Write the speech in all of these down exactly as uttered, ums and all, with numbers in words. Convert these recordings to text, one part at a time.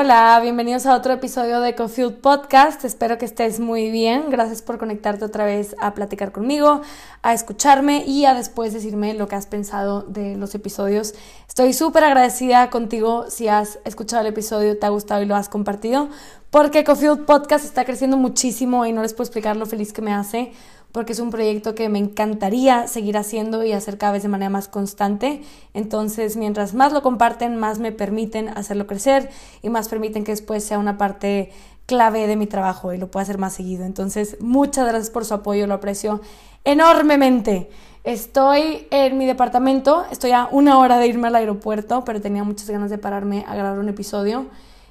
Hola, bienvenidos a otro episodio de Cofield Podcast. Espero que estés muy bien. Gracias por conectarte otra vez a platicar conmigo, a escucharme y a después decirme lo que has pensado de los episodios. Estoy súper agradecida contigo si has escuchado el episodio, te ha gustado y lo has compartido, porque Cofield Podcast está creciendo muchísimo y no les puedo explicar lo feliz que me hace, porque es un proyecto que me encantaría seguir haciendo y hacer cada vez de manera más constante. Entonces, mientras más lo comparten, más me permiten hacerlo crecer y más permiten que después sea una parte clave de mi trabajo y lo pueda hacer más seguido. Entonces, muchas gracias por su apoyo, lo aprecio enormemente. Estoy en mi departamento, estoy a una hora de irme al aeropuerto, pero tenía muchas ganas de pararme a grabar un episodio.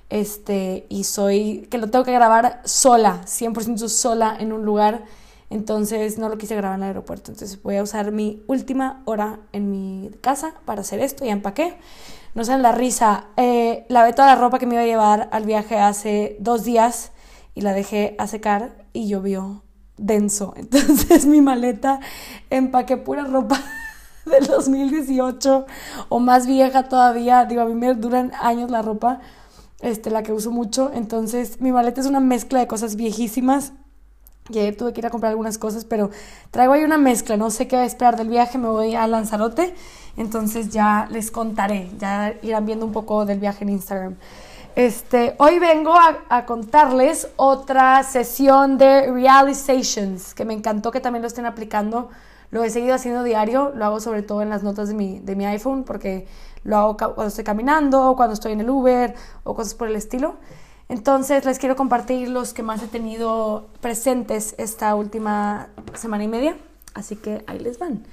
Este, y soy, que lo tengo que grabar sola, cien por ciento sola en un lugar. Entonces no lo quise grabar en el aeropuerto. Entonces voy a usar mi última hora en mi casa para hacer esto. Ya empaqué. No sean la risa. Eh, lavé toda la ropa que me iba a llevar al viaje hace dos días y la dejé a secar y llovió denso. Entonces mi maleta, empaqué pura ropa del dos mil dieciocho o más vieja todavía. Digo, a mí me duran años la ropa, este, la que uso mucho. Entonces mi maleta es una mezcla de cosas viejísimas. Y ayer tuve que ir a comprar algunas cosas, pero traigo ahí una mezcla, no sé qué va a esperar del viaje, me voy a Lanzarote, entonces ya les contaré, ya irán viendo un poco del viaje en Instagram. Este, hoy vengo a, a contarles otra sesión de realizations, que me encantó que también lo estén aplicando. Lo he seguido haciendo diario, lo hago sobre todo en las notas de mi, de mi iPhone, porque lo hago cuando estoy caminando, cuando estoy en el Uber o cosas por el estilo. Entonces les quiero compartir los que más he tenido presentes esta última semana y media, así que ahí les van.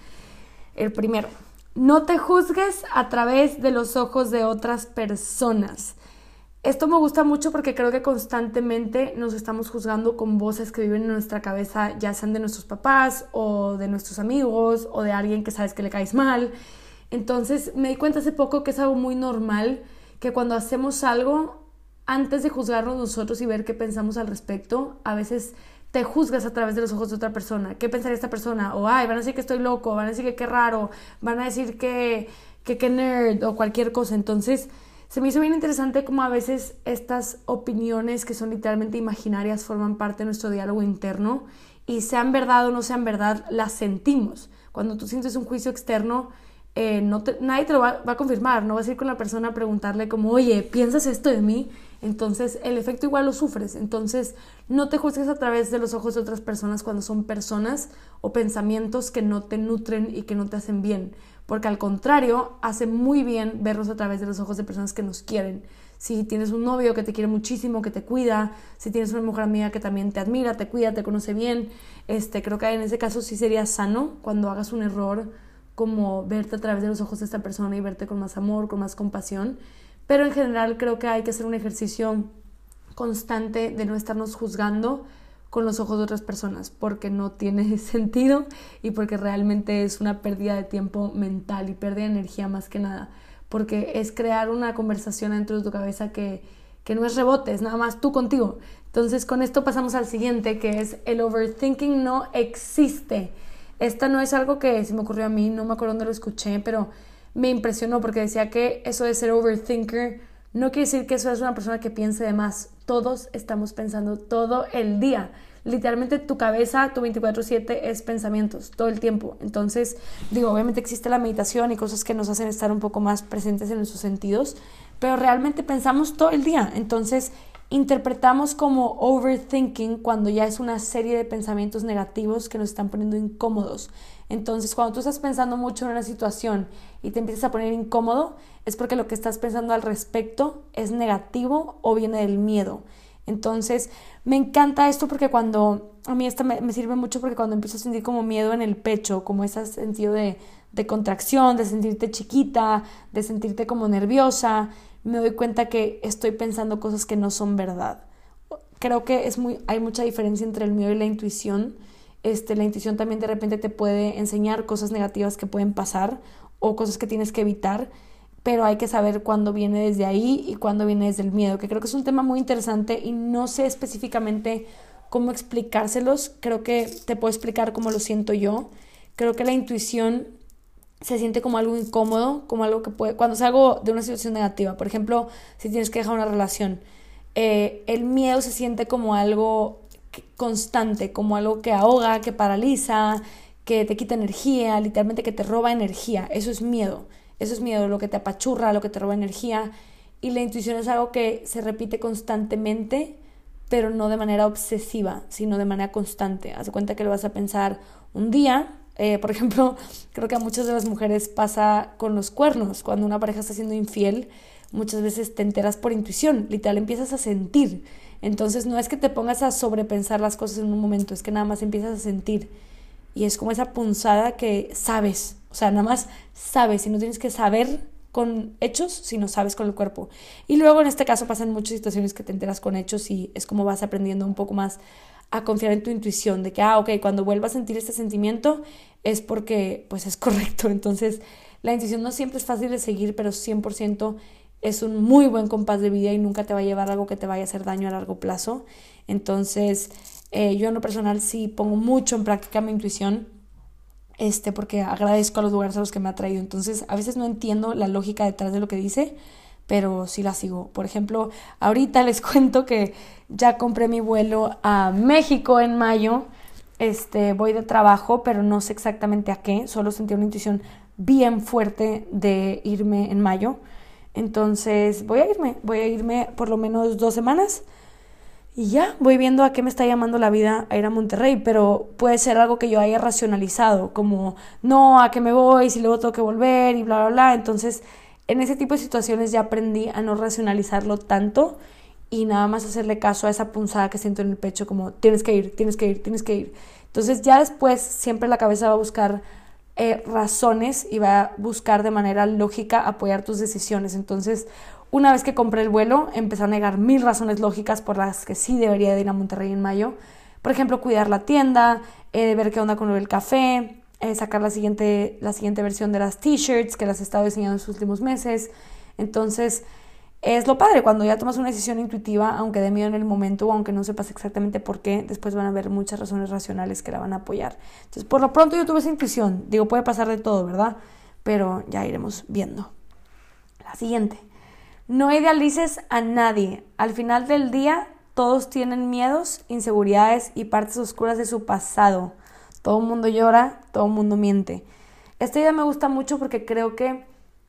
El primero, no te juzgues a través de los ojos de otras personas. Esto me gusta mucho porque creo que constantemente nos estamos juzgando con voces que viven en nuestra cabeza, ya sean de nuestros papás o de nuestros amigos o de alguien que sabes que le caes mal. Entonces me di cuenta hace poco que es algo muy normal, que cuando hacemos algo, antes de juzgarnos nosotros y ver qué pensamos al respecto, a veces te juzgas a través de los ojos de otra persona. ¿Qué pensaría esta persona? O, ay, van a decir que estoy loco, van a decir que qué raro, van a decir que que, que nerd o cualquier cosa. Entonces, se me hizo bien interesante cómo a veces estas opiniones que son literalmente imaginarias forman parte de nuestro diálogo interno y sean verdad o no sean verdad, las sentimos. Cuando tú sientes un juicio externo, eh, no te, nadie te lo va, va a confirmar, no vas a ir con la persona a preguntarle como, oye, ¿piensas esto de mí? Entonces el efecto igual lo sufres. Entonces no te juzgues a través de los ojos de otras personas cuando son personas o pensamientos que no te nutren y que no te hacen bien, porque al contrario hace muy bien verlos a través de los ojos de personas que nos quieren. Si tienes un novio que te quiere muchísimo, que te cuida, si tienes una mejor amiga que también te admira, te cuida, te conoce bien, este, creo que en ese caso sí sería sano cuando hagas un error, como verte a través de los ojos de esta persona y verte con más amor, con más compasión. Pero en general creo que hay que hacer un ejercicio constante de no estarnos juzgando con los ojos de otras personas, porque no tiene sentido y porque realmente es una pérdida de tiempo mental y pérdida de energía más que nada, porque es crear una conversación dentro de tu cabeza que, que no es rebote, es nada más tú contigo. Entonces con esto pasamos al siguiente, que es el overthinking no existe. Esta no es algo que se me ocurrió a mí, no me acuerdo dónde lo escuché, pero me impresionó porque decía que eso de ser overthinker no quiere decir que eso es una persona que piense de más. Todos estamos pensando todo el día. Literalmente tu cabeza, tu veinticuatro siete es pensamientos todo el tiempo. Entonces, digo, obviamente existe la meditación y cosas que nos hacen estar un poco más presentes en nuestros sentidos, pero realmente pensamos todo el día. Entonces, interpretamos como overthinking cuando ya es una serie de pensamientos negativos que nos están poniendo incómodos. Entonces, cuando tú estás pensando mucho en una situación y te empiezas a poner incómodo, es porque lo que estás pensando al respecto es negativo o viene del miedo. Entonces, me encanta esto porque cuando, a mí esto me, me sirve mucho porque cuando empiezo a sentir como miedo en el pecho, como ese sentido de, de contracción, de sentirte chiquita, de sentirte como nerviosa, me doy cuenta que estoy pensando cosas que no son verdad. Creo que es muy, hay mucha diferencia entre el miedo y la intuición. Este, la intuición también de repente te puede enseñar cosas negativas que pueden pasar o cosas que tienes que evitar, pero hay que saber cuándo viene desde ahí y cuándo viene desde el miedo, que creo que es un tema muy interesante y no sé específicamente cómo explicárselos. Creo que te puedo explicar cómo lo siento yo. Creo que la intuición se siente como algo incómodo, como algo que puede, cuando es algo de una situación negativa, por ejemplo, si tienes que dejar una relación, eh, el miedo se siente como algo constante, como algo que ahoga, que paraliza, que te quita energía, literalmente que te roba energía. Eso es miedo, eso es miedo, lo que te apachurra, lo que te roba energía. Y la intuición es algo que se repite constantemente, pero no de manera obsesiva, sino de manera constante. Haz de cuenta que lo vas a pensar un día. Eh, por ejemplo, creo que a muchas de las mujeres pasa con los cuernos. Cuando una pareja está siendo infiel, muchas veces te enteras por intuición, literal empiezas a sentir. Entonces no es que te pongas a sobrepensar las cosas en un momento, es que nada más empiezas a sentir. Y es como esa punzada que sabes, o sea, nada más sabes, y no tienes que saber con hechos, sino sabes con el cuerpo. Y luego en este caso pasan muchas situaciones que te enteras con hechos y es como vas aprendiendo un poco más a confiar en tu intuición, de que, ah, ok, cuando vuelvas a sentir este sentimiento es porque, pues, es correcto. Entonces, la intuición no siempre es fácil de seguir, pero cien por ciento es un muy buen compás de vida y nunca te va a llevar a algo que te vaya a hacer daño a largo plazo. Entonces, eh, yo en lo personal sí pongo mucho en práctica mi intuición, este, porque agradezco a los lugares a los que me ha traído. Entonces, a veces no entiendo la lógica detrás de lo que dice, pero sí la sigo. Por ejemplo, ahorita les cuento que ya compré mi vuelo a México en mayo. Este, voy de trabajo, pero no sé exactamente a qué. Solo sentí una intuición bien fuerte de irme en mayo. Entonces, voy a irme. Voy a irme por lo menos dos semanas. Y ya, voy viendo a qué me está llamando la vida a ir a Monterrey, pero puede ser algo que yo haya racionalizado, como, no, a qué me voy, si luego tengo que volver y bla, bla, bla. Entonces, en ese tipo de situaciones ya aprendí a no racionalizarlo tanto y nada más hacerle caso a esa punzada que siento en el pecho, como, tienes que ir, tienes que ir, tienes que ir. Entonces, ya después, siempre la cabeza va a buscar eh, razones y va a buscar de manera lógica apoyar tus decisiones. Entonces, una vez que compré el vuelo, empecé a negar mil razones lógicas por las que sí debería de ir a Monterrey en mayo. Por ejemplo, cuidar la tienda, eh, ver qué onda con el café, eh, sacar la siguiente, la siguiente versión de las t-shirts que las he estado diseñando en sus últimos meses. Entonces, es lo padre, cuando ya tomas una decisión intuitiva, aunque dé miedo en el momento o aunque no sepas exactamente por qué, después van a haber muchas razones racionales que la van a apoyar. Entonces, por lo pronto yo tuve esa intuición. Digo, puede pasar de todo, ¿verdad? Pero ya iremos viendo. La siguiente. No idealices a nadie. Al final del día, todos tienen miedos, inseguridades y partes oscuras de su pasado. Todo el mundo llora, todo el mundo miente. Esta idea me gusta mucho porque creo que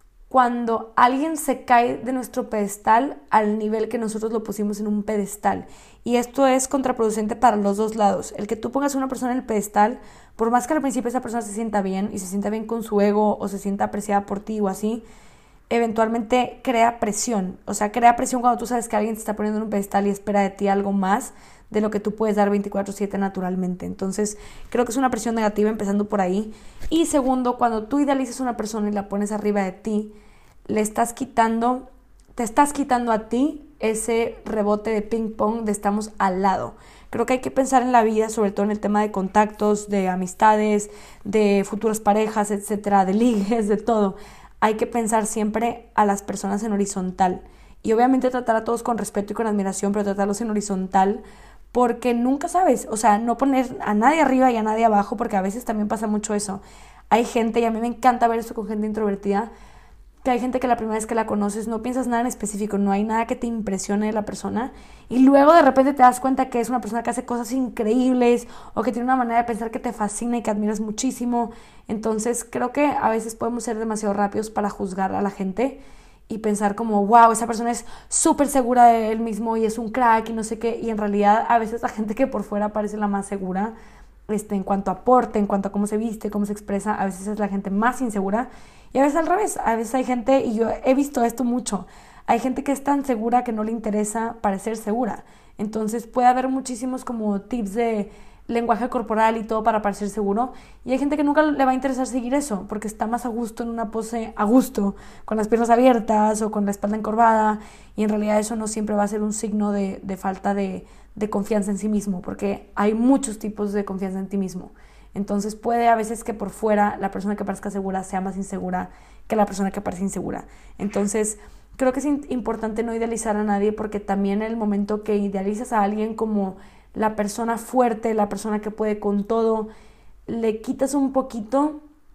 cuando alguien se cae de nuestro pedestal al nivel que nosotros lo pusimos en un pedestal, y esto es contraproducente para los dos lados. El que tú pongas a una persona en el pedestal, por más que al principio esa persona se sienta bien y se sienta bien con su ego o se sienta apreciada por ti o así, eventualmente crea presión. O sea, crea presión cuando tú sabes que alguien te está poniendo en un pedestal y espera de ti algo más de lo que tú puedes dar veinticuatro siete naturalmente. Entonces, creo que es una presión negativa empezando por ahí. Y segundo, cuando tú idealizas a una persona y la pones arriba de ti, le estás quitando, te estás quitando a ti ese rebote de ping pong de estamos al lado. Creo que hay que pensar en la vida, sobre todo en el tema de contactos, de amistades, de futuras parejas, etcétera, de ligues, de todo. Hay que pensar siempre a las personas en horizontal y obviamente tratar a todos con respeto y con admiración, pero tratarlos en horizontal porque nunca sabes, o sea, no poner a nadie arriba y a nadie abajo, porque a veces también pasa mucho eso. Hay gente, y a mí me encanta ver esto con gente introvertida, que hay gente que la primera vez que la conoces no piensas nada en específico, no hay nada que te impresione de la persona y luego de repente te das cuenta que es una persona que hace cosas increíbles o que tiene una manera de pensar que te fascina y que admiras muchísimo. Entonces creo que a veces podemos ser demasiado rápidos para juzgar a la gente y pensar como, wow, esa persona es súper segura de él mismo y es un crack y no sé qué, y en realidad a veces la gente que por fuera parece la más segura, este, en cuanto a aporte, en cuanto a cómo se viste, cómo se expresa, a veces es la gente más insegura. Y a veces al revés, a veces hay gente, y yo he visto esto mucho, hay gente que es tan segura que no le interesa parecer segura. Entonces puede haber muchísimos como tips de lenguaje corporal y todo para parecer seguro, y hay gente que nunca le va a interesar seguir eso, porque está más a gusto en una pose a gusto, con las piernas abiertas o con la espalda encorvada, y en realidad eso no siempre va a ser un signo de, de falta de, de confianza en sí mismo, porque hay muchos tipos de confianza en ti mismo. Entonces puede a veces que por fuera la persona que parezca segura sea más insegura que la persona que parece insegura. Entonces creo que es importante no idealizar a nadie, porque también en el momento que idealizas a alguien como la persona fuerte, la persona que puede con todo, le quitas un poquito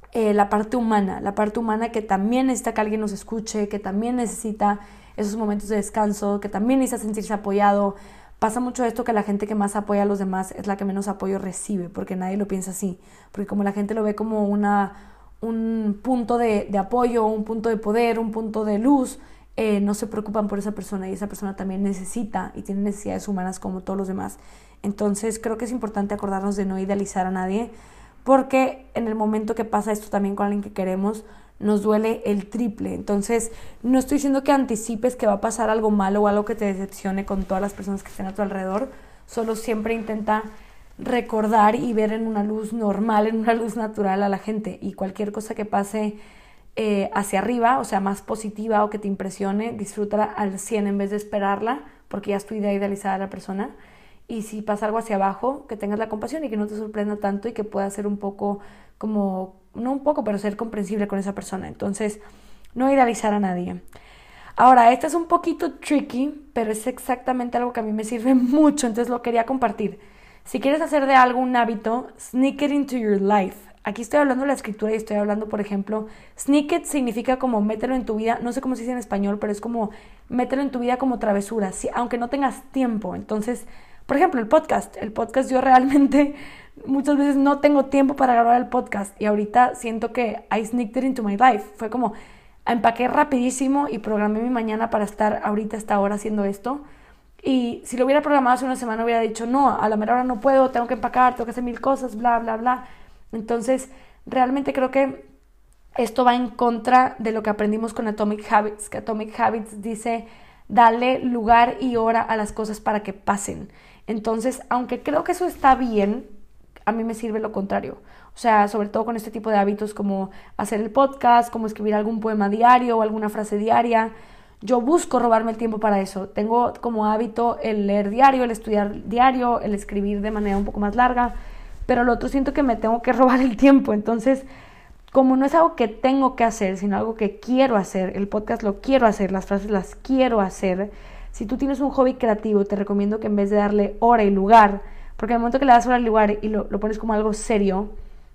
eh, la parte humana, la parte humana que también necesita que alguien nos escuche, que también necesita esos momentos de descanso, que también necesita sentirse apoyado. Pasa mucho esto que la gente que más apoya a los demás es la que menos apoyo recibe, porque nadie lo piensa así, porque como la gente lo ve como una, un punto de, de apoyo, un punto de poder, un punto de luz, eh, no se preocupan por esa persona y esa persona también necesita y tiene necesidades humanas como todos los demás. Entonces creo que es importante acordarnos de no idealizar a nadie, porque en el momento que pasa esto también con alguien que queremos, nos duele el triple. Entonces no estoy diciendo que anticipes que va a pasar algo malo o algo que te decepcione con todas las personas que estén a tu alrededor, solo siempre intenta recordar y ver en una luz normal, en una luz natural a la gente, y cualquier cosa que pase eh, hacia arriba, o sea, más positiva o que te impresione, disfrútala al cien en vez de esperarla, porque ya es tu idea idealizada de la persona. Y si pasa algo hacia abajo, que tengas la compasión y que no te sorprenda tanto y que pueda ser un poco como, no un poco, pero ser comprensible con esa persona. Entonces, no idealizar a nadie. Ahora, este es un poquito tricky, pero es exactamente algo que a mí me sirve mucho, entonces lo quería compartir. Si quieres hacer de algo un hábito, sneak it into your life. Aquí estoy hablando de la escritura y estoy hablando, por ejemplo, sneak it significa como mételo en tu vida, no sé cómo se dice en español, pero es como mételo en tu vida como travesura, si, aunque no tengas tiempo. Entonces, por ejemplo, el podcast. El podcast yo realmente muchas veces no tengo tiempo para grabar el podcast y ahorita siento que I sneaked it into my life. Fue como empaqué rapidísimo y programé mi mañana para estar ahorita a esta hora haciendo esto. Y si lo hubiera programado hace una semana hubiera dicho, no, a la mera hora no puedo, tengo que empacar, tengo que hacer mil cosas, bla, bla, bla. Entonces, realmente creo que esto va en contra de lo que aprendimos con Atomic Habits, que Atomic Habits dice, dale lugar y hora a las cosas para que pasen. Entonces, aunque creo que eso está bien, a mí me sirve lo contrario. O sea, sobre todo con este tipo de hábitos como hacer el podcast, como escribir algún poema diario o alguna frase diaria. Yo busco robarme el tiempo para eso. Tengo como hábito el leer diario, el estudiar diario, el escribir de manera un poco más larga, pero lo otro siento que me tengo que robar el tiempo. Entonces, como no es algo que tengo que hacer, sino algo que quiero hacer, el podcast lo quiero hacer, las frases las quiero hacer. Si tú tienes un hobby creativo, te recomiendo que en vez de darle hora y lugar, porque en el momento que le das hora y lugar y lo, lo pones como algo serio,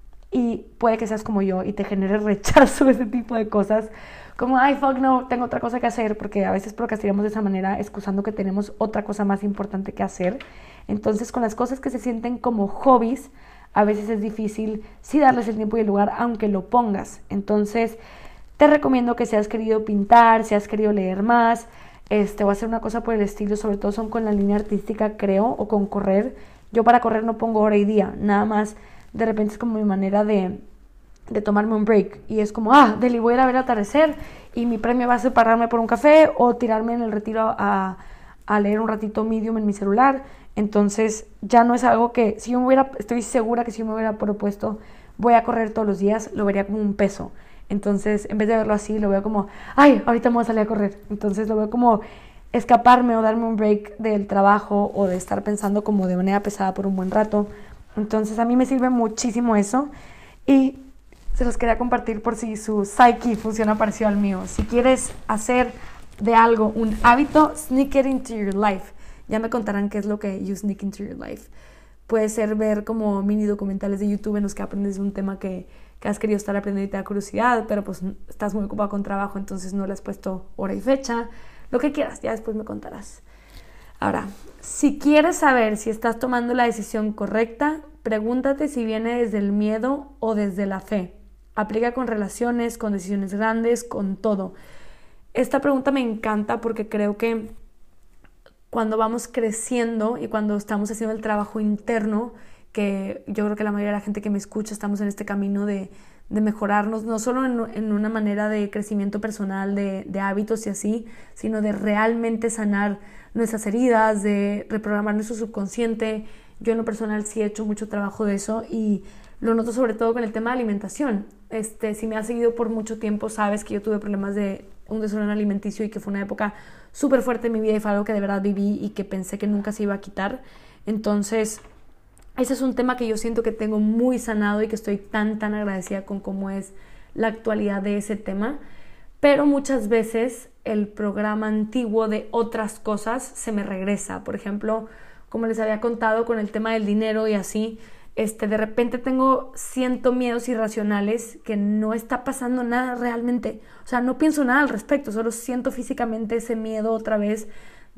y puede que seas como yo y te genere rechazo ese tipo de cosas, como, ay, fuck, no, tengo otra cosa que hacer, porque a veces procrastinamos de esa manera, excusando que tenemos otra cosa más importante que hacer. Entonces, con las cosas que se sienten como hobbies, a veces es difícil sí darles el tiempo y el lugar, aunque lo pongas. Entonces, te recomiendo que si has querido pintar, si has querido leer más, este, o hacer una cosa por el estilo, sobre todo son con la línea artística, creo, o con correr. Yo para correr no pongo hora y día, nada más de repente es como mi manera de, de tomarme un break. Y es como, ah, Deli, voy a ir a ver el atardecer y mi premio va a ser pararme por un café o tirarme en el retiro a, a leer un ratito Medium en mi celular. Entonces ya no es algo que, si yo me hubiera, estoy segura que si yo me hubiera propuesto voy a correr todos los días, lo vería como un peso. Entonces, en vez de verlo así, lo veo como, ay, ahorita me voy a salir a correr. Entonces lo veo como escaparme o darme un break del trabajo o de estar pensando como de manera pesada por un buen rato. Entonces a mí me sirve muchísimo eso y se los quería compartir por si su psyche funciona parecido al mío. Si quieres hacer de algo un hábito, sneak it into your life. Ya me contarán qué es lo que you sneak into your life. Puede ser ver como mini documentales de YouTube en los que aprendes un tema que, que has querido estar aprendiendo y te da curiosidad, pero pues estás muy ocupado con trabajo, entonces no le has puesto hora y fecha. Lo que quieras, ya después me contarás. Ahora, si quieres saber si estás tomando la decisión correcta, pregúntate si viene desde el miedo o desde la fe. Aplica con relaciones, con decisiones grandes, con todo. Esta pregunta me encanta porque creo que cuando vamos creciendo y cuando estamos haciendo el trabajo interno, que yo creo que la mayoría de la gente que me escucha estamos en este camino de, de mejorarnos, no solo en, en una manera de crecimiento personal, de, de hábitos y así, sino de realmente sanar nuestras heridas, de reprogramar nuestro subconsciente. Yo en lo personal sí he hecho mucho trabajo de eso y lo noto sobre todo con el tema de alimentación. Este, si me has seguido por mucho tiempo sabes que yo tuve problemas de un desorden alimenticio y que fue una época súper fuerte en mi vida y fue algo que de verdad viví y que pensé que nunca se iba a quitar. Entonces, ese es un tema que yo siento que tengo muy sanado y que estoy tan, tan agradecida con cómo es la actualidad de ese tema. Pero muchas veces el programa antiguo de otras cosas se me regresa. Por ejemplo, como les había contado con el tema del dinero y así, Este, de repente tengo, siento miedos irracionales que no está pasando nada realmente. O sea, no pienso nada al respecto, solo siento físicamente ese miedo otra vez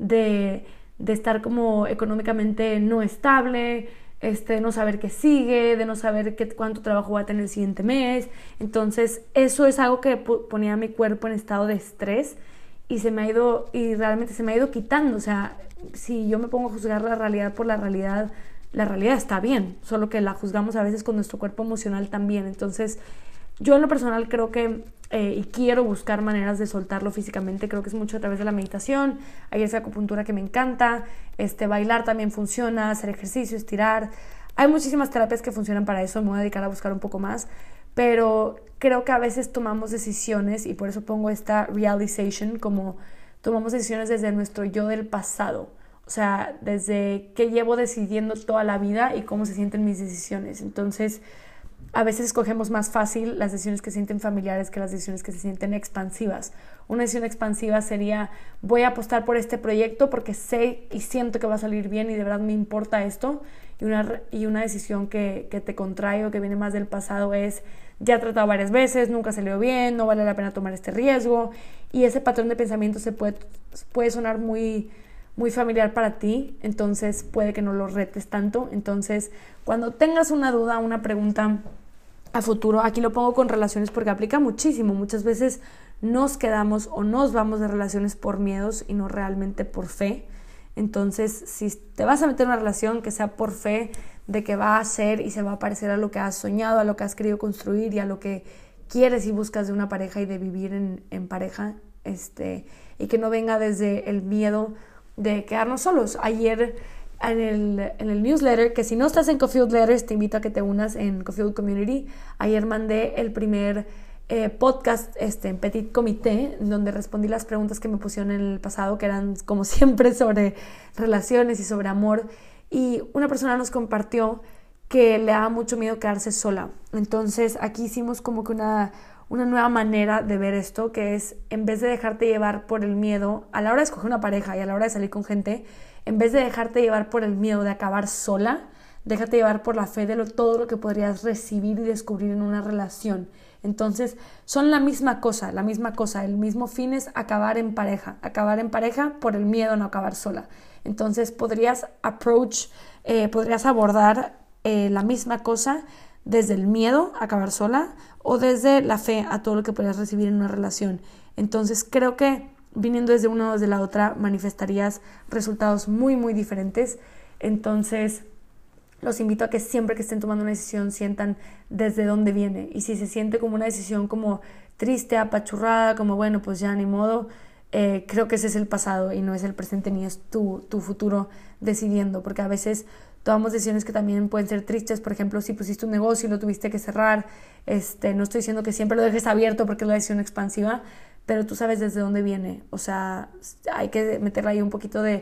de, de estar como económicamente no estable, este, de no saber qué sigue, de no saber qué, cuánto trabajo voy a tener el siguiente mes. Entonces, eso es algo que ponía a mi cuerpo en estado de estrés y se me ha ido, y realmente se me ha ido quitando. O sea, si yo me pongo a juzgar la realidad por la realidad, la realidad está bien, solo que la juzgamos a veces con nuestro cuerpo emocional también. Entonces, yo en lo personal creo que, eh, y quiero buscar maneras de soltarlo físicamente, creo que es mucho a través de la meditación. Hay esa acupuntura que me encanta, este, bailar también funciona, hacer ejercicio, estirar. Hay muchísimas terapias que funcionan para eso, me voy a dedicar a buscar un poco más, pero creo que a veces tomamos decisiones, y por eso pongo esta realization, como tomamos decisiones desde nuestro yo del pasado. O sea, desde qué llevo decidiendo toda la vida y cómo se sienten mis decisiones. Entonces, a veces escogemos más fácil las decisiones que se sienten familiares que las decisiones que se sienten expansivas. Una decisión expansiva sería, voy a apostar por este proyecto porque sé y siento que va a salir bien y de verdad me importa esto. Y una, y una decisión que, que te contrae o que viene más del pasado es, ya he tratado varias veces, nunca salió bien, no vale la pena tomar este riesgo. Y ese patrón de pensamiento se puede, puede sonar muy... muy familiar para ti, entonces puede que no lo retes tanto. Entonces, cuando tengas una duda, una pregunta a futuro, aquí lo pongo con relaciones porque aplica muchísimo. Muchas veces nos quedamos o nos vamos de relaciones por miedos y no realmente por fe. Entonces, si te vas a meter en una relación, que sea por fe de que va a ser y se va a parecer a lo que has soñado, a lo que has querido construir y a lo que quieres y buscas de una pareja y de vivir en, en pareja, este, y que no venga desde el miedo de quedarnos solos. Ayer en el, en el newsletter, que si no estás en Cofield Letters, te invito a que te unas en Cofield Community. Ayer mandé el primer eh, podcast este, en Petit Comité, donde respondí las preguntas que me pusieron en el pasado, que eran como siempre sobre relaciones y sobre amor. Y una persona nos compartió que le daba mucho miedo quedarse sola. Entonces aquí hicimos como que una... una nueva manera de ver esto, que es, en vez de dejarte llevar por el miedo a la hora de escoger una pareja y a la hora de salir con gente, en vez de dejarte llevar por el miedo de acabar sola, déjate llevar por la fe de lo, todo lo que podrías recibir y descubrir en una relación. Entonces, son la misma cosa, la misma cosa, el mismo fin es acabar en pareja, acabar en pareja por el miedo a no acabar sola. Entonces, podrías approach, eh, podrías abordar eh, la misma cosa desde el miedo a acabar sola o desde la fe a todo lo que podrías recibir en una relación. Entonces creo que viniendo desde una o desde la otra manifestarías resultados muy muy diferentes. Entonces los invito a que siempre que estén tomando una decisión sientan desde dónde viene, y si se siente como una decisión como triste, apachurrada, como bueno pues ya ni modo, eh, creo que ese es el pasado y no es el presente ni es tu, tu futuro decidiendo, porque a veces tomamos decisiones que también pueden ser tristes. Por ejemplo, si pusiste un negocio y lo tuviste que cerrar, este, no estoy diciendo que siempre lo dejes abierto porque es la decisión expansiva, pero tú sabes desde dónde viene. O sea, hay que meterle ahí un poquito de,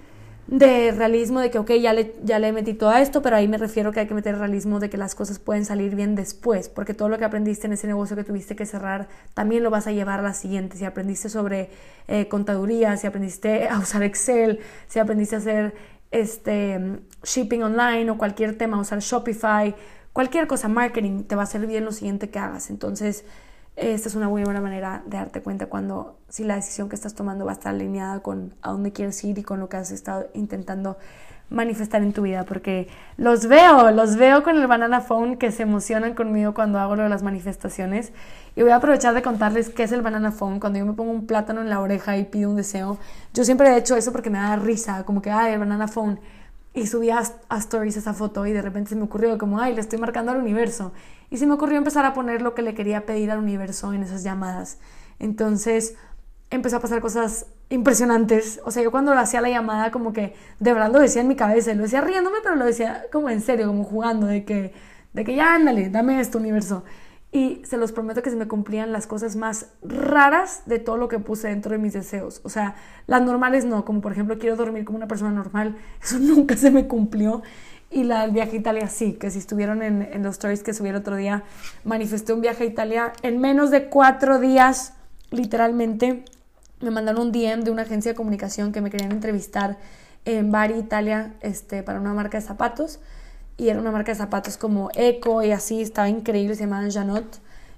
de realismo de que, ok, ya le, ya le metí todo a esto, pero ahí me refiero que hay que meter realismo de que las cosas pueden salir bien después, porque todo lo que aprendiste en ese negocio que tuviste que cerrar, también lo vas a llevar a la siguiente. Si aprendiste sobre eh, contaduría, si aprendiste a usar Excel, si aprendiste a hacer este shipping online o cualquier tema, usar Shopify, cualquier cosa, marketing, te va a hacer bien lo siguiente que hagas. Entonces esta es una muy buena manera de darte cuenta cuando si la decisión que estás tomando va a estar alineada con a dónde quieres ir y con lo que has estado intentando manifestar en tu vida, porque los veo, los veo con el banana phone que se emocionan conmigo cuando hago lo de las manifestaciones. Y voy a aprovechar de contarles qué es el banana phone. Cuando yo me pongo un plátano en la oreja y pido un deseo, yo siempre he hecho eso porque me da risa, como que, ay, el banana phone. Y subí a, a stories esa foto y de repente se me ocurrió como, ay, le estoy marcando al universo. Y se me ocurrió empezar a poner lo que le quería pedir al universo en esas llamadas. Entonces empezó a pasar cosas impresionantes. O sea, yo cuando hacía la llamada como que de verdad lo decía en mi cabeza, lo decía riéndome, pero lo decía como en serio, como jugando, de que, de que ya ándale, dame esto, universo. Y se los prometo que se me cumplían las cosas más raras de todo lo que puse dentro de mis deseos. O sea, las normales no, como por ejemplo quiero dormir como una persona normal, eso nunca se me cumplió. Y la del viaje a Italia sí, que si estuvieron en, en los stories que subí el otro día, manifesté un viaje a Italia en menos de cuatro días, literalmente. Me mandaron un D M de una agencia de comunicación que me querían entrevistar en Bari, Italia, este, para una marca de zapatos. y era una marca de zapatos como Eco y así, estaba increíble, se llamaban Janot.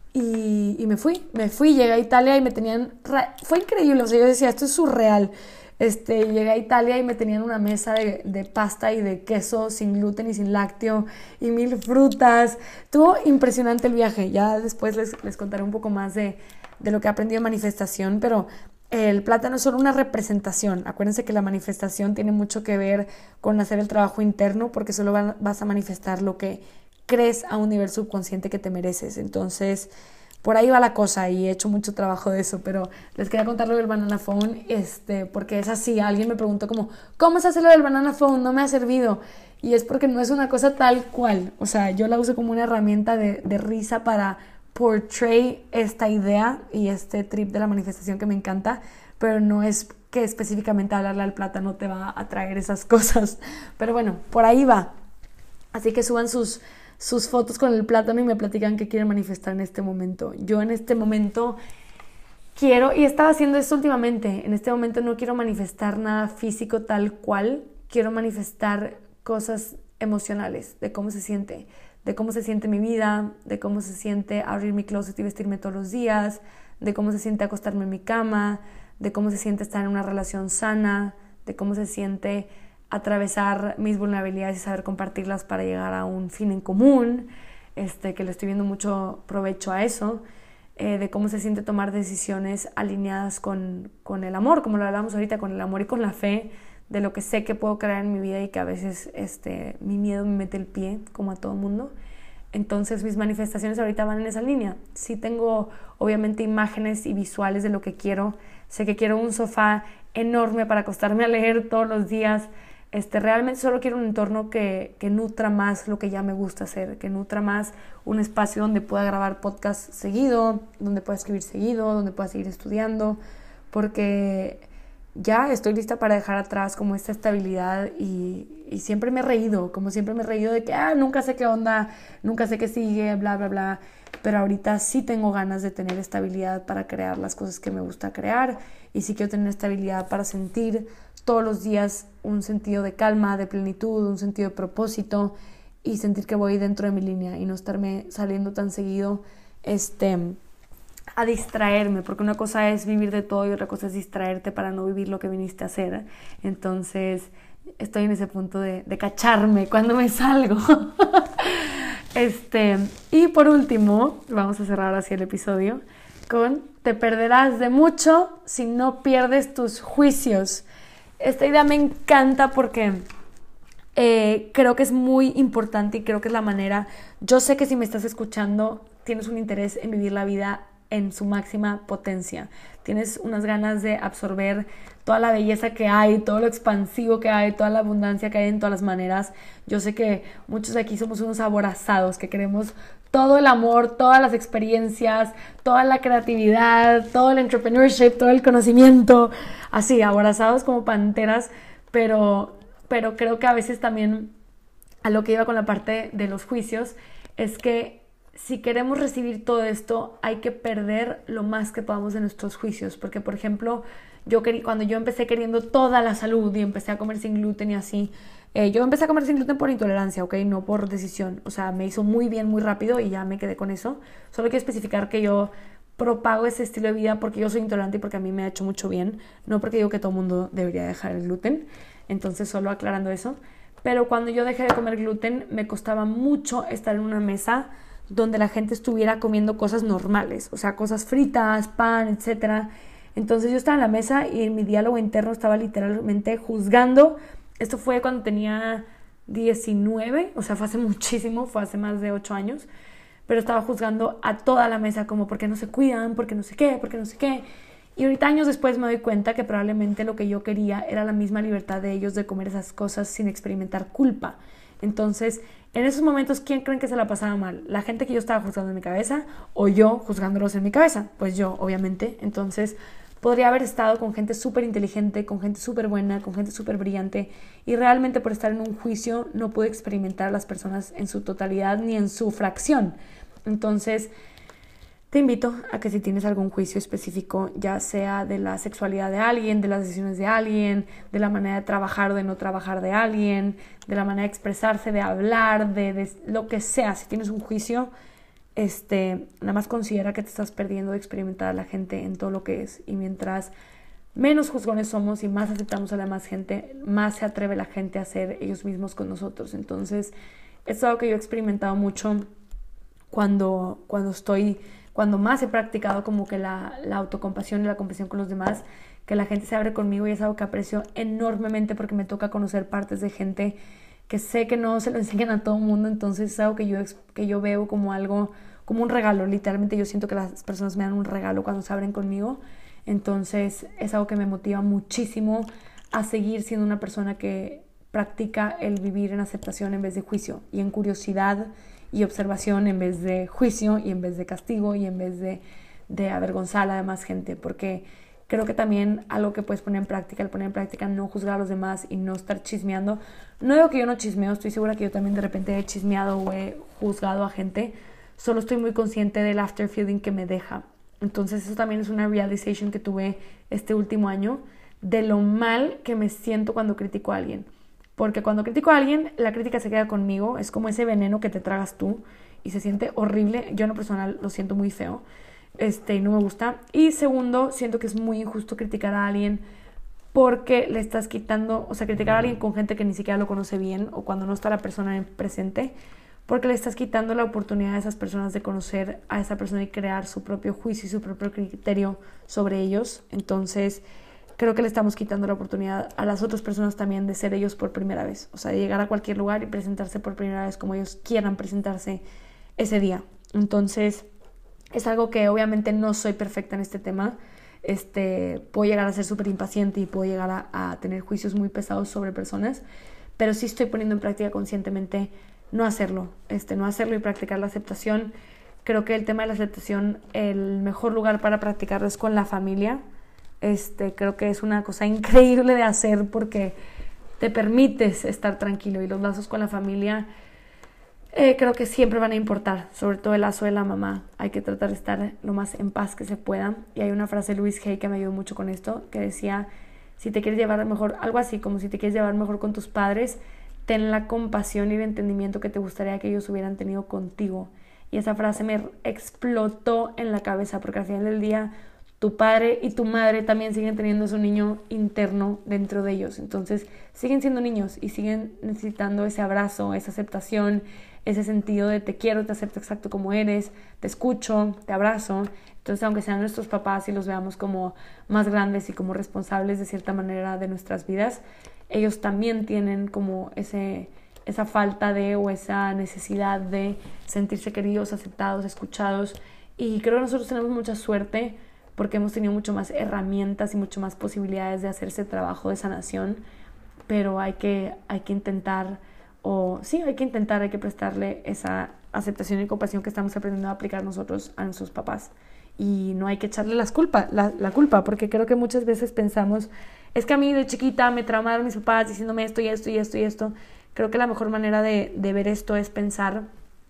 Y, y me fui, me fui, llegué a Italia y me tenían, fue increíble, o sea, yo decía, esto es surreal. Este, llegué a Italia y me tenían una mesa de, de pasta y de queso sin gluten y sin lácteo y mil frutas. Estuvo impresionante el viaje. Ya después les, les contaré un poco más de, de lo que he aprendido en manifestación, pero el plátano es solo una representación. Acuérdense que la manifestación tiene mucho que ver con hacer el trabajo interno, porque solo van, vas a manifestar lo que crees a un nivel subconsciente que te mereces. Entonces, por ahí va la cosa y he hecho mucho trabajo de eso, pero les quería contar lo del banana phone, este, porque es así. Alguien me preguntó como, ¿cómo se hace lo del banana phone? No me ha servido. Y es porque no es una cosa tal cual. O sea, yo la uso como una herramienta de, de risa para portray esta idea y este trip de la manifestación que me encanta, pero no es que específicamente hablarle al plátano te va a traer esas cosas. Pero bueno, por ahí va. Así que suban sus... sus fotos con el plátano y me platican qué quieren manifestar en este momento. Yo en este momento quiero, y estaba haciendo esto últimamente, en este momento no quiero manifestar nada físico tal cual, quiero manifestar cosas emocionales, de cómo se siente, de cómo se siente mi vida, de cómo se siente abrir mi closet y vestirme todos los días, de cómo se siente acostarme en mi cama, de cómo se siente estar en una relación sana, de cómo se siente atravesar mis vulnerabilidades y saber compartirlas para llegar a un fin en común, este, que le estoy viendo mucho provecho a eso, eh, de cómo se siente tomar decisiones alineadas con, con el amor, como lo hablamos ahorita, con el amor y con la fe, de lo que sé que puedo crear en mi vida y que a veces este, mi miedo me mete el pie, como a todo mundo. Entonces mis manifestaciones ahorita van en esa línea. Sí tengo obviamente imágenes y visuales de lo que quiero. Sé que quiero un sofá enorme para acostarme a leer todos los días. Este, realmente solo quiero un entorno que, que nutra más lo que ya me gusta hacer, que nutra más un espacio donde pueda grabar podcast seguido, donde pueda escribir seguido, donde pueda seguir estudiando, porque ya estoy lista para dejar atrás como esta estabilidad y, y siempre me he reído, como siempre me he reído de que ah, nunca sé qué onda, nunca sé qué sigue, bla, bla, bla, pero ahorita sí tengo ganas de tener estabilidad para crear las cosas que me gusta crear y sí quiero tener estabilidad para sentir todos los días un sentido de calma, de plenitud, un sentido de propósito y sentir que voy dentro de mi línea y no estarme saliendo tan seguido este, a distraerme, porque una cosa es vivir de todo y otra cosa es distraerte para no vivir lo que viniste a hacer. Entonces estoy en ese punto de, de cacharme cuando me salgo. este, y por último, vamos a cerrar así el episodio con te perderás de mucho si no pierdes tus juicios. Esta idea me encanta porque eh, creo que es muy importante y creo que es la manera. Yo sé que si me estás escuchando tienes un interés en vivir la vida en su máxima potencia. Tienes unas ganas de absorber toda la belleza que hay, todo lo expansivo que hay, toda la abundancia que hay en todas las maneras. Yo sé que muchos de aquí somos unos aborazados que queremos todo el amor, todas las experiencias, toda la creatividad, todo el entrepreneurship, todo el conocimiento, así, aborazados como panteras, pero, pero creo que a veces también a lo que iba con la parte de los juicios es que si queremos recibir todo esto hay que perder lo más que podamos de nuestros juicios, porque por ejemplo yo quería, cuando yo empecé queriendo toda la salud y empecé a comer sin gluten y así, eh, yo empecé a comer sin gluten por intolerancia, ¿ok? No por decisión, o sea, me hizo muy bien muy rápido y ya me quedé con eso. Solo quiero especificar que yo propago ese estilo de vida porque yo soy intolerante y porque a mí me ha hecho mucho bien, no porque digo que todo el mundo debería dejar el gluten. Entonces solo aclarando eso, pero cuando yo dejé de comer gluten me costaba mucho estar en una mesa donde la gente estuviera comiendo cosas normales, o sea, cosas fritas, pan, etcétera. Entonces yo estaba en la mesa y en mi diálogo interno estaba literalmente juzgando. Esto fue cuando tenía diecinueve, o sea, fue hace muchísimo, fue hace más de ocho años, pero estaba juzgando a toda la mesa como por qué no se cuidan, por qué no sé qué, por qué no sé qué. Y ahorita años después me doy cuenta que probablemente lo que yo quería era la misma libertad de ellos de comer esas cosas sin experimentar culpa. Entonces, en esos momentos, ¿quién creen que se la pasaba mal? ¿La gente que yo estaba juzgando en mi cabeza o yo juzgándolos en mi cabeza? Pues yo, obviamente. Entonces, podría haber estado con gente súper inteligente, con gente súper buena, con gente súper brillante y realmente por estar en un juicio no pude experimentar a las personas en su totalidad ni en su fracción. Entonces, Te invito a que si tienes algún juicio específico, ya sea de la sexualidad de alguien, de las decisiones de alguien, de la manera de trabajar o de no trabajar de alguien, de la manera de expresarse, de hablar, de, de lo que sea, si tienes un juicio, este, nada más considera que te estás perdiendo de experimentar a la gente en todo lo que es. Y mientras menos juzgones somos y más aceptamos a la demás gente, más se atreve la gente a ser ellos mismos con nosotros. Entonces, es algo que yo he experimentado mucho cuando, cuando estoy... cuando más he practicado como que la, la autocompasión y la compasión con los demás, que la gente se abre conmigo, y es algo que aprecio enormemente porque me toca conocer partes de gente que sé que no se lo enseñan a todo el mundo. Entonces es algo que yo, que yo veo como algo, como un regalo. Literalmente yo siento que las personas me dan un regalo cuando se abren conmigo. Entonces es algo que me motiva muchísimo a seguir siendo una persona que practica el vivir en aceptación en vez de juicio, y en curiosidad y observación en vez de juicio, y en vez de castigo, y en vez de, de avergonzar a la demás gente. Porque creo que también algo que puedes poner en práctica, el poner en práctica no juzgar a los demás y no estar chismeando. No digo que yo no chismeo, estoy segura que yo también de repente he chismeado o he juzgado a gente, solo estoy muy consciente del after feeling que me deja. Entonces eso también es una realization que tuve este último año, de lo mal que me siento cuando critico a alguien. Porque cuando critico a alguien, la crítica se queda conmigo, es como ese veneno que te tragas tú y se siente horrible. Yo en lo personal lo siento muy feo, este, y no me gusta. Y segundo, siento que es muy injusto criticar a alguien porque le estás quitando, o sea, criticar a alguien con gente que ni siquiera lo conoce bien, o cuando no está la persona presente, porque le estás quitando la oportunidad a esas personas de conocer a esa persona y crear su propio juicio y su propio criterio sobre ellos. Entonces creo que le estamos quitando la oportunidad a las otras personas también de ser ellos por primera vez. O sea, de llegar a cualquier lugar y presentarse por primera vez como ellos quieran presentarse ese día. Entonces, es algo que obviamente no soy perfecta en este tema. Este, puedo llegar a ser súper impaciente y puedo llegar a, a tener juicios muy pesados sobre personas, pero sí estoy poniendo en práctica conscientemente no hacerlo. Este, no hacerlo y practicar la aceptación. Creo que el tema de la aceptación, el mejor lugar para practicarlo es con la familia. Este, creo que es una cosa increíble de hacer porque te permites estar tranquilo, y los lazos con la familia eh, creo que siempre van a importar, sobre todo el lazo de la mamá. Hay que tratar de estar lo más en paz que se pueda. Y hay una frase de Louise Hay que me ayudó mucho con esto, que decía: si te quieres llevar mejor, algo así como si te quieres llevar mejor con tus padres, ten la compasión y el entendimiento que te gustaría que ellos hubieran tenido contigo. Y esa frase me explotó en la cabeza, porque al final del día tu padre y tu madre también siguen teniendo ese niño interno dentro de ellos. Entonces siguen siendo niños y siguen necesitando ese abrazo, esa aceptación, ese sentido de te quiero, te acepto exacto como eres, te escucho, te abrazo. Entonces, aunque sean nuestros papás y los veamos como más grandes y como responsables de cierta manera de nuestras vidas, ellos también tienen como ese, esa falta de, o esa necesidad de sentirse queridos, aceptados, escuchados. Y creo que nosotros tenemos mucha suerte porque hemos tenido mucho más herramientas y mucho más posibilidades de hacer ese trabajo de sanación, pero hay que, hay que intentar, o sí, hay que intentar, hay que prestarle esa aceptación y compasión que estamos aprendiendo a aplicar nosotros a nuestros papás. Y no hay que echarle las culpa, la, la culpa, porque creo que muchas veces pensamos, es que a mí de chiquita me traumaron mis papás diciéndome esto y esto y esto y esto. Creo que la mejor manera de, de ver esto es pensar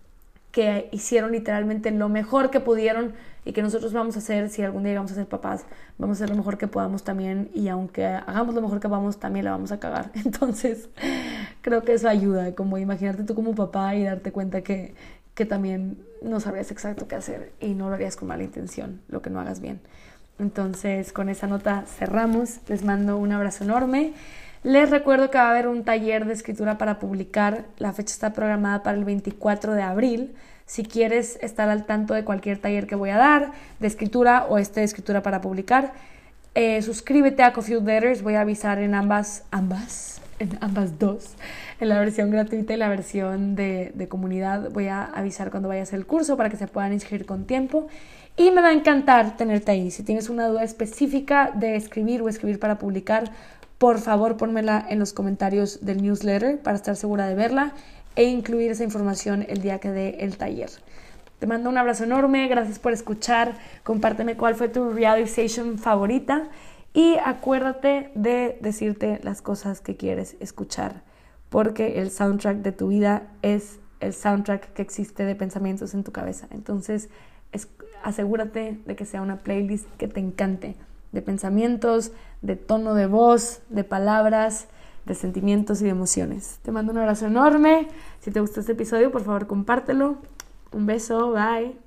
que hicieron literalmente lo mejor que pudieron, y que nosotros vamos a hacer, si algún día llegamos a ser papás, vamos a hacer lo mejor que podamos también, y aunque hagamos lo mejor que podamos, también la vamos a cagar. Entonces creo que eso ayuda, como imaginarte tú como papá y darte cuenta que, que también no sabrías exacto qué hacer y no lo harías con mala intención, lo que no hagas bien. Entonces con esa nota cerramos, les mando un abrazo enorme. Les recuerdo que va a haber un taller de escritura para publicar. La fecha está programada para el veinticuatro de abril. Si quieres estar al tanto de cualquier taller que voy a dar, de escritura o este de escritura para publicar, eh, suscríbete a Coffee with Letters. Voy a avisar en ambas, ambas, en ambas dos, en la versión gratuita y la versión de, de comunidad. Voy a avisar cuando vaya a hacer el curso para que se puedan inscribir con tiempo. Y me va a encantar tenerte ahí. Si tienes una duda específica de escribir o escribir para publicar, por favor pónmela en los comentarios del newsletter para estar segura de verla e incluir esa información el día que dé el taller. Te mando un abrazo enorme, gracias por escuchar, compárteme cuál fue tu realization favorita y acuérdate de decirte las cosas que quieres escuchar, porque el soundtrack de tu vida es el soundtrack que existe de pensamientos en tu cabeza. Entonces, es, asegúrate de que sea una playlist que te encante, de pensamientos, de tono de voz, de palabras, de sentimientos y de emociones. Te mando un abrazo enorme. Si te gustó este episodio, por favor, compártelo. Un beso, bye.